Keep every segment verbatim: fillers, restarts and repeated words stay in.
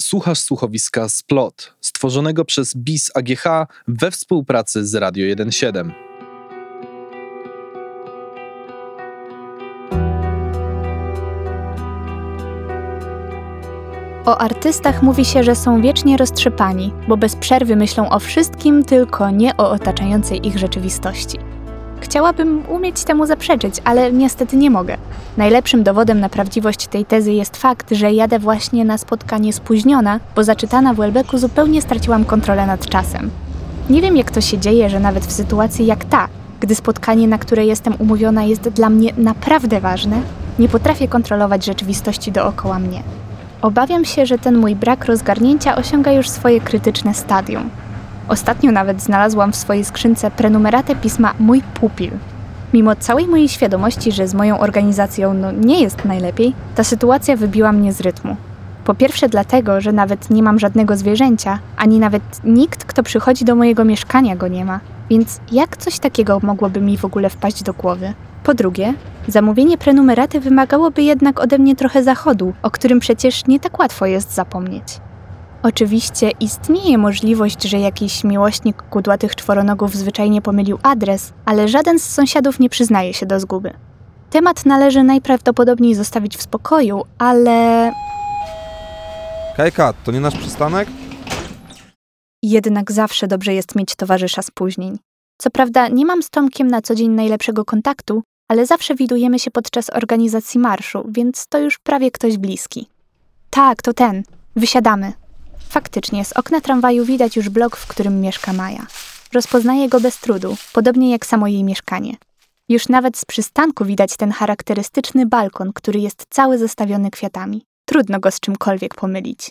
Słuchasz słuchowiska Splot, stworzonego przez B I S A G H we współpracy z Radio jeden siedem. O artystach mówi się, że są wiecznie roztrzepani, bo bez przerwy myślą o wszystkim, tylko nie o otaczającej ich rzeczywistości. Chciałabym umieć temu zaprzeczyć, ale niestety nie mogę. Najlepszym dowodem na prawdziwość tej tezy jest fakt, że jadę właśnie na spotkanie spóźniona, bo zaczytana w Welbecku zupełnie straciłam kontrolę nad czasem. Nie wiem, jak to się dzieje, że nawet w sytuacji jak ta, gdy spotkanie, na które jestem umówiona, jest dla mnie naprawdę ważne, nie potrafię kontrolować rzeczywistości dookoła mnie. Obawiam się, że ten mój brak rozgarnięcia osiąga już swoje krytyczne stadium. Ostatnio nawet znalazłam w swojej skrzynce prenumeratę pisma Mój Pupil. Mimo całej mojej świadomości, że z moją organizacją no, nie jest najlepiej, ta sytuacja wybiła mnie z rytmu. Po pierwsze dlatego, że nawet nie mam żadnego zwierzęcia, ani nawet nikt, kto przychodzi do mojego mieszkania, go nie ma. Więc jak coś takiego mogłoby mi w ogóle wpaść do głowy? Po drugie, zamówienie prenumeraty wymagałoby jednak ode mnie trochę zachodu, o którym przecież nie tak łatwo jest zapomnieć. Oczywiście istnieje możliwość, że jakiś miłośnik kudłatych czworonogów zwyczajnie pomylił adres, ale żaden z sąsiadów nie przyznaje się do zguby. Temat należy najprawdopodobniej zostawić w spokoju, ale... Hejka, to nie nasz przystanek? Jednak zawsze dobrze jest mieć towarzysza spóźnień. Co prawda nie mam z Tomkiem na co dzień najlepszego kontaktu, ale zawsze widujemy się podczas organizacji marszu, więc to już prawie ktoś bliski. Tak, to ten. Wysiadamy. Faktycznie, z okna tramwaju widać już blok, w którym mieszka Maja. Rozpoznaję go bez trudu, podobnie jak samo jej mieszkanie. Już nawet z przystanku widać ten charakterystyczny balkon, który jest cały zastawiony kwiatami. Trudno go z czymkolwiek pomylić.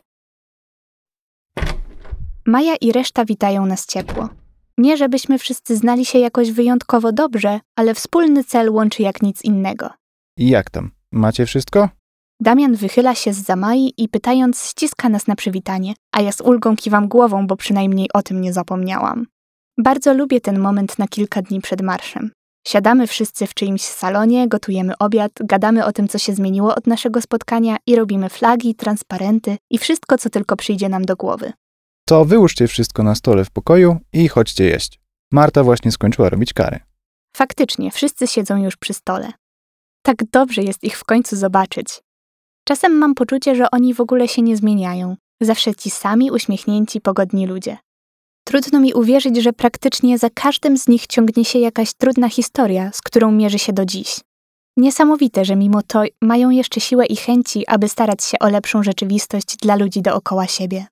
Maja i reszta witają nas ciepło. Nie żebyśmy wszyscy znali się jakoś wyjątkowo dobrze, ale wspólny cel łączy jak nic innego. I jak tam? Macie wszystko? Damian wychyla się zza Mai i pytając ściska nas na przywitanie, a ja z ulgą kiwam głową, bo przynajmniej o tym nie zapomniałam. Bardzo lubię ten moment na kilka dni przed marszem. Siadamy wszyscy w czyimś salonie, gotujemy obiad, gadamy o tym, co się zmieniło od naszego spotkania i robimy flagi, transparenty i wszystko, co tylko przyjdzie nam do głowy. To wyłóżcie wszystko na stole w pokoju i chodźcie jeść. Marta właśnie skończyła robić kary. Faktycznie, wszyscy siedzą już przy stole. Tak dobrze jest ich w końcu zobaczyć. Czasem mam poczucie, że oni w ogóle się nie zmieniają. Zawsze ci sami, uśmiechnięci, pogodni ludzie. Trudno mi uwierzyć, że praktycznie za każdym z nich ciągnie się jakaś trudna historia, z którą mierzy się do dziś. Niesamowite, że mimo to mają jeszcze siłę i chęci, aby starać się o lepszą rzeczywistość dla ludzi dookoła siebie.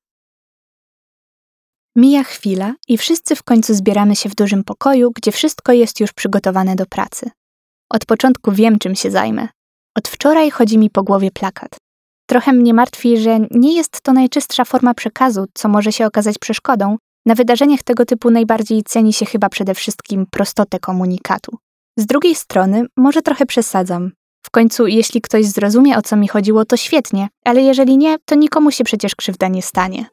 Mija chwila i wszyscy w końcu zbieramy się w dużym pokoju, gdzie wszystko jest już przygotowane do pracy. Od początku wiem, czym się zajmę. Od wczoraj chodzi mi po głowie plakat. Trochę mnie martwi, że nie jest to najczystsza forma przekazu, co może się okazać przeszkodą. Na wydarzeniach tego typu najbardziej ceni się chyba przede wszystkim prostotę komunikatu. Z drugiej strony, może trochę przesadzam. W końcu, jeśli ktoś zrozumie, o co mi chodziło, to świetnie, ale jeżeli nie, to nikomu się przecież krzywda nie stanie.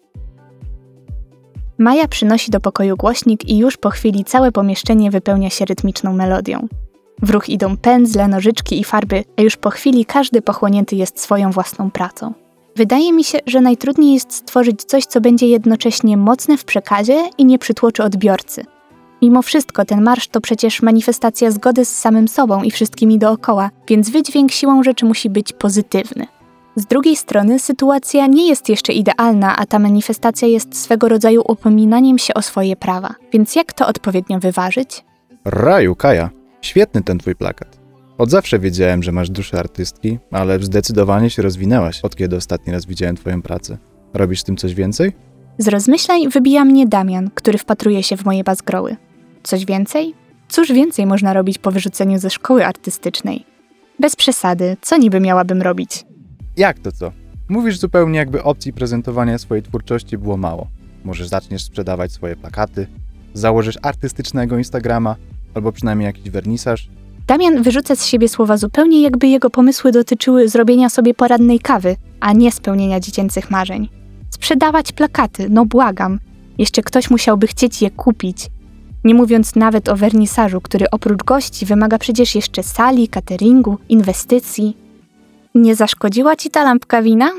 Maja przynosi do pokoju głośnik i już po chwili całe pomieszczenie wypełnia się rytmiczną melodią. W ruch idą pędzle, nożyczki i farby, a już po chwili każdy pochłonięty jest swoją własną pracą. Wydaje mi się, że najtrudniej jest stworzyć coś, co będzie jednocześnie mocne w przekazie i nie przytłoczy odbiorcy. Mimo wszystko ten marsz to przecież manifestacja zgody z samym sobą i wszystkimi dookoła, więc wydźwięk siłą rzeczy musi być pozytywny. Z drugiej strony sytuacja nie jest jeszcze idealna, a ta manifestacja jest swego rodzaju upominaniem się o swoje prawa. Więc jak to odpowiednio wyważyć? Raju, Kaja, świetny ten twój plakat. Od zawsze wiedziałem, że masz duszę artystki, ale zdecydowanie się rozwinęłaś, od kiedy ostatni raz widziałem twoją pracę. Robisz z tym coś więcej? Z rozmyślań wybija mnie Damian, który wpatruje się w moje bazgroły. Coś więcej? Cóż więcej można robić po wyrzuceniu ze szkoły artystycznej? Bez przesady, co niby miałabym robić? Jak to co? Mówisz zupełnie jakby opcji prezentowania swojej twórczości było mało. Może zaczniesz sprzedawać swoje plakaty, założysz artystycznego Instagrama, albo przynajmniej jakiś wernisaż. Damian wyrzuca z siebie słowa zupełnie jakby jego pomysły dotyczyły zrobienia sobie porannej kawy, a nie spełnienia dziecięcych marzeń. Sprzedawać plakaty, no błagam. Jeszcze ktoś musiałby chcieć je kupić. Nie mówiąc nawet o wernisażu, który oprócz gości wymaga przecież jeszcze sali, cateringu, inwestycji. Nie zaszkodziła ci ta lampka wina?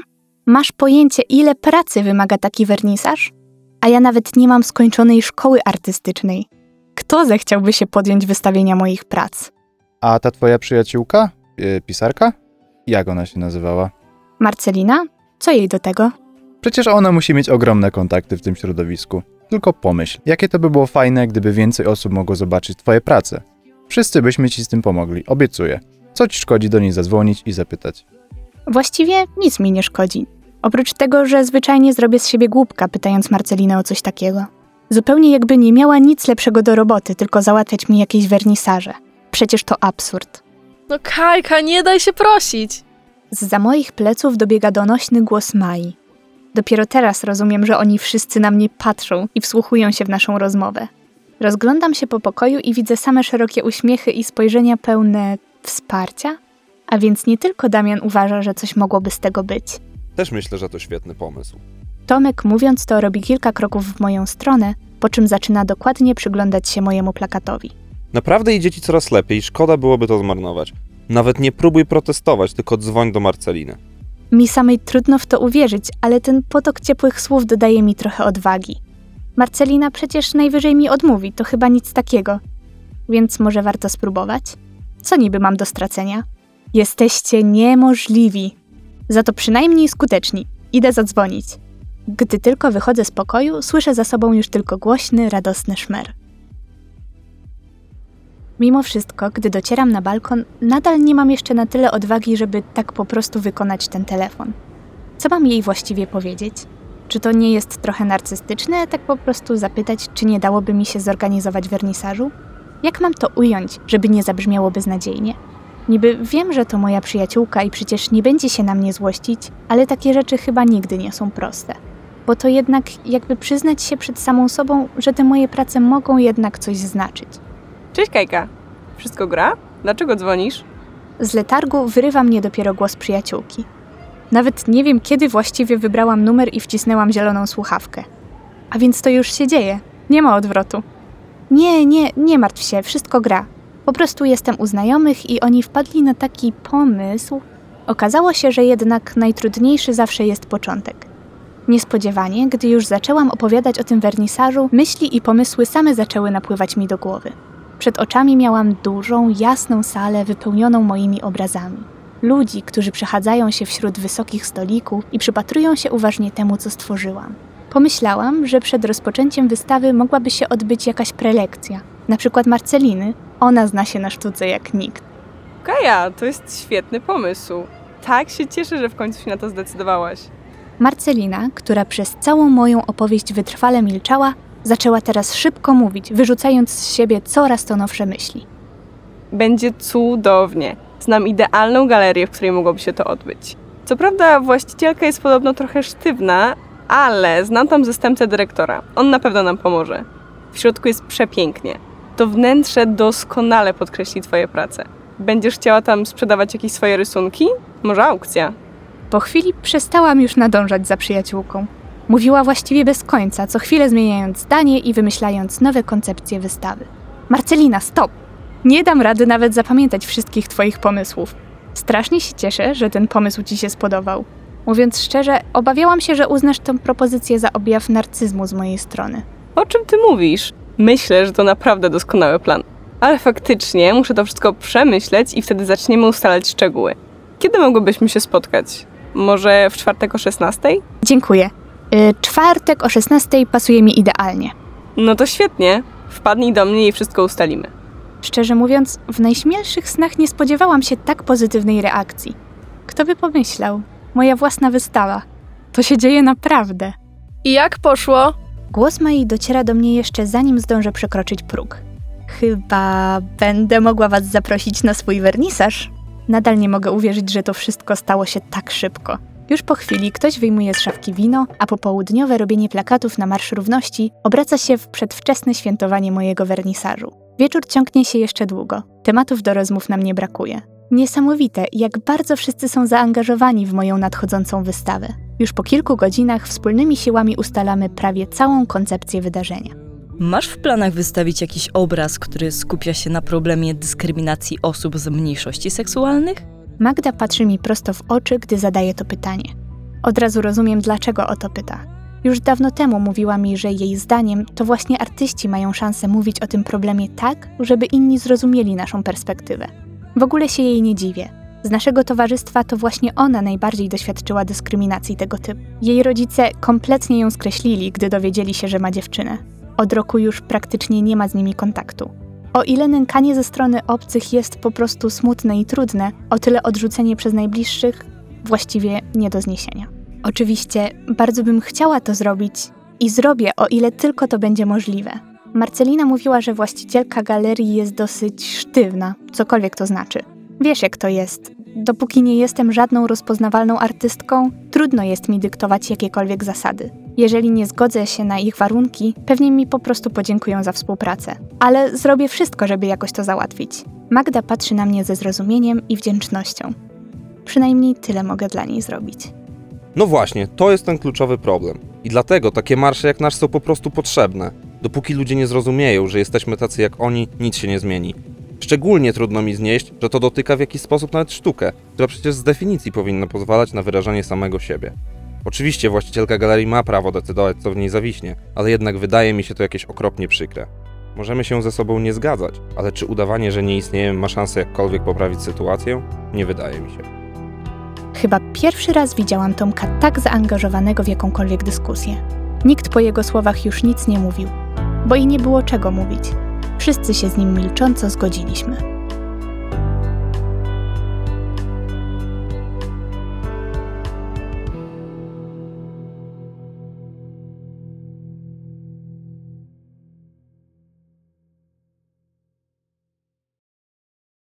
Masz pojęcie, ile pracy wymaga taki wernisaż? A ja nawet nie mam skończonej szkoły artystycznej. Kto zechciałby się podjąć wystawienia moich prac? A ta twoja przyjaciółka? Yy, pisarka? Jak ona się nazywała? Marcelina? Co jej do tego? Przecież ona musi mieć ogromne kontakty w tym środowisku. Tylko pomyśl, jakie to by było fajne, gdyby więcej osób mogło zobaczyć twoje prace. Wszyscy byśmy ci z tym pomogli, obiecuję. Co ci szkodzi do niej zadzwonić i zapytać? Właściwie nic mi nie szkodzi. Oprócz tego, że zwyczajnie zrobię z siebie głupka, pytając Marcelinę o coś takiego. Zupełnie jakby nie miała nic lepszego do roboty, tylko załatwiać mi jakieś wernisaże. Przecież to absurd. No Kajka, nie daj się prosić. Zza moich pleców dobiega donośny głos Mai. Dopiero teraz rozumiem, że oni wszyscy na mnie patrzą i wsłuchują się w naszą rozmowę. Rozglądam się po pokoju i widzę same szerokie uśmiechy i spojrzenia pełne wsparcia. A więc nie tylko Damian uważa, że coś mogłoby z tego być. Też myślę, że to świetny pomysł. Tomek, mówiąc to, robi kilka kroków w moją stronę, po czym zaczyna dokładnie przyglądać się mojemu plakatowi. Naprawdę idzie ci coraz lepiej, szkoda byłoby to zmarnować. Nawet nie próbuj protestować, tylko dzwoń do Marceliny. Mi samej trudno w to uwierzyć, ale ten potok ciepłych słów dodaje mi trochę odwagi. Marcelina przecież najwyżej mi odmówi, to chyba nic takiego. Więc może warto spróbować? Co niby mam do stracenia? Jesteście niemożliwi. Za to przynajmniej skuteczni. Idę zadzwonić. Gdy tylko wychodzę z pokoju, słyszę za sobą już tylko głośny, radosny szmer. Mimo wszystko, gdy docieram na balkon, nadal nie mam jeszcze na tyle odwagi, żeby tak po prostu wykonać ten telefon. Co mam jej właściwie powiedzieć? Czy to nie jest trochę narcystyczne, tak po prostu zapytać, czy nie dałoby mi się zorganizować wernisażu? Jak mam to ująć, żeby nie zabrzmiało beznadziejnie? Niby wiem, że to moja przyjaciółka i przecież nie będzie się na mnie złościć, ale takie rzeczy chyba nigdy nie są proste. Bo to jednak jakby przyznać się przed samą sobą, że te moje prace mogą jednak coś znaczyć. Cześć Kajka. Wszystko gra? Dlaczego dzwonisz? Z letargu wyrywa mnie dopiero głos przyjaciółki. Nawet nie wiem, kiedy właściwie wybrałam numer i wcisnęłam zieloną słuchawkę. A więc to już się dzieje. Nie ma odwrotu. Nie, nie, nie martw się, wszystko gra. Po prostu jestem u znajomych i oni wpadli na taki pomysł. Okazało się, że jednak najtrudniejszy zawsze jest początek. Niespodziewanie, gdy już zaczęłam opowiadać o tym wernisażu, myśli i pomysły same zaczęły napływać mi do głowy. Przed oczami miałam dużą, jasną salę wypełnioną moimi obrazami. Ludzi, którzy przechadzają się wśród wysokich stolików i przypatrują się uważnie temu, co stworzyłam. Pomyślałam, że przed rozpoczęciem wystawy mogłaby się odbyć jakaś prelekcja, na przykład Marceliny. Ona zna się na sztuce jak nikt. Kaja, to jest świetny pomysł. Tak się cieszę, że w końcu się na to zdecydowałaś. Marcelina, która przez całą moją opowieść wytrwale milczała, zaczęła teraz szybko mówić, wyrzucając z siebie coraz to nowsze myśli. Będzie cudownie. Znam idealną galerię, w której mogłoby się to odbyć. Co prawda właścicielka jest podobno trochę sztywna, ale znam tam zastępcę dyrektora. On na pewno nam pomoże. W środku jest przepięknie. To wnętrze doskonale podkreśli twoje prace. Będziesz chciała tam sprzedawać jakieś swoje rysunki? Może aukcja? Po chwili przestałam już nadążać za przyjaciółką. Mówiła właściwie bez końca, co chwilę zmieniając zdanie i wymyślając nowe koncepcje wystawy. Marcelina, stop! Nie dam rady nawet zapamiętać wszystkich twoich pomysłów. Strasznie się cieszę, że ten pomysł ci się spodobał. Mówiąc szczerze, obawiałam się, że uznasz tę propozycję za objaw narcyzmu z mojej strony. O czym ty mówisz? Myślę, że to naprawdę doskonały plan. Ale faktycznie muszę to wszystko przemyśleć i wtedy zaczniemy ustalać szczegóły. Kiedy mogłybyśmy się spotkać? Może w czwartek o szesnastej? Dziękuję. Yy, czwartek o szesnastej pasuje mi idealnie. No to świetnie. Wpadnij do mnie i wszystko ustalimy. Szczerze mówiąc, w najśmielszych snach nie spodziewałam się tak pozytywnej reakcji. Kto by pomyślał? Moja własna wystawa. To się dzieje naprawdę. I jak poszło? Głos Mai dociera do mnie jeszcze zanim zdążę przekroczyć próg. Chyba będę mogła was zaprosić na swój wernisaż. Nadal nie mogę uwierzyć, że to wszystko stało się tak szybko. Już po chwili ktoś wyjmuje z szafki wino, a popołudniowe robienie plakatów na Marsz Równości obraca się w przedwczesne świętowanie mojego wernisażu. Wieczór ciągnie się jeszcze długo. Tematów do rozmów nam nie brakuje. Niesamowite, jak bardzo wszyscy są zaangażowani w moją nadchodzącą wystawę. Już po kilku godzinach wspólnymi siłami ustalamy prawie całą koncepcję wydarzenia. Masz w planach wystawić jakiś obraz, który skupia się na problemie dyskryminacji osób z mniejszości seksualnych? Magda patrzy mi prosto w oczy, gdy zadaje to pytanie. Od razu rozumiem, dlaczego o to pyta. Już dawno temu mówiła mi, że jej zdaniem to właśnie artyści mają szansę mówić o tym problemie tak, żeby inni zrozumieli naszą perspektywę. W ogóle się jej nie dziwię. Z naszego towarzystwa to właśnie ona najbardziej doświadczyła dyskryminacji tego typu. Jej rodzice kompletnie ją skreślili, gdy dowiedzieli się, że ma dziewczynę. Od roku już praktycznie nie ma z nimi kontaktu. O ile nękanie ze strony obcych jest po prostu smutne i trudne, o tyle odrzucenie przez najbliższych właściwie nie do zniesienia. Oczywiście bardzo bym chciała to zrobić i zrobię, o ile tylko to będzie możliwe. Marcelina mówiła, że właścicielka galerii jest dosyć sztywna, cokolwiek to znaczy. Wiesz, jak to jest. Dopóki nie jestem żadną rozpoznawalną artystką, trudno jest mi dyktować jakiekolwiek zasady. Jeżeli nie zgodzę się na ich warunki, pewnie mi po prostu podziękują za współpracę. Ale zrobię wszystko, żeby jakoś to załatwić. Magda patrzy na mnie ze zrozumieniem i wdzięcznością. Przynajmniej tyle mogę dla niej zrobić. No właśnie, to jest ten kluczowy problem. I dlatego takie marsze jak nasz są po prostu potrzebne. Dopóki ludzie nie zrozumieją, że jesteśmy tacy jak oni, nic się nie zmieni. Szczególnie trudno mi znieść, że to dotyka w jakiś sposób nawet sztukę, która przecież z definicji powinna pozwalać na wyrażanie samego siebie. Oczywiście właścicielka galerii ma prawo decydować, co w niej zawiśnie, ale jednak wydaje mi się to jakieś okropnie przykre. Możemy się ze sobą nie zgadzać, ale czy udawanie, że nie istniejemy, ma szansę jakkolwiek poprawić sytuację? Nie wydaje mi się. Chyba pierwszy raz widziałam Tomka tak zaangażowanego w jakąkolwiek dyskusję. Nikt po jego słowach już nic nie mówił, bo i nie było czego mówić. Wszyscy się z nim milcząco zgodziliśmy.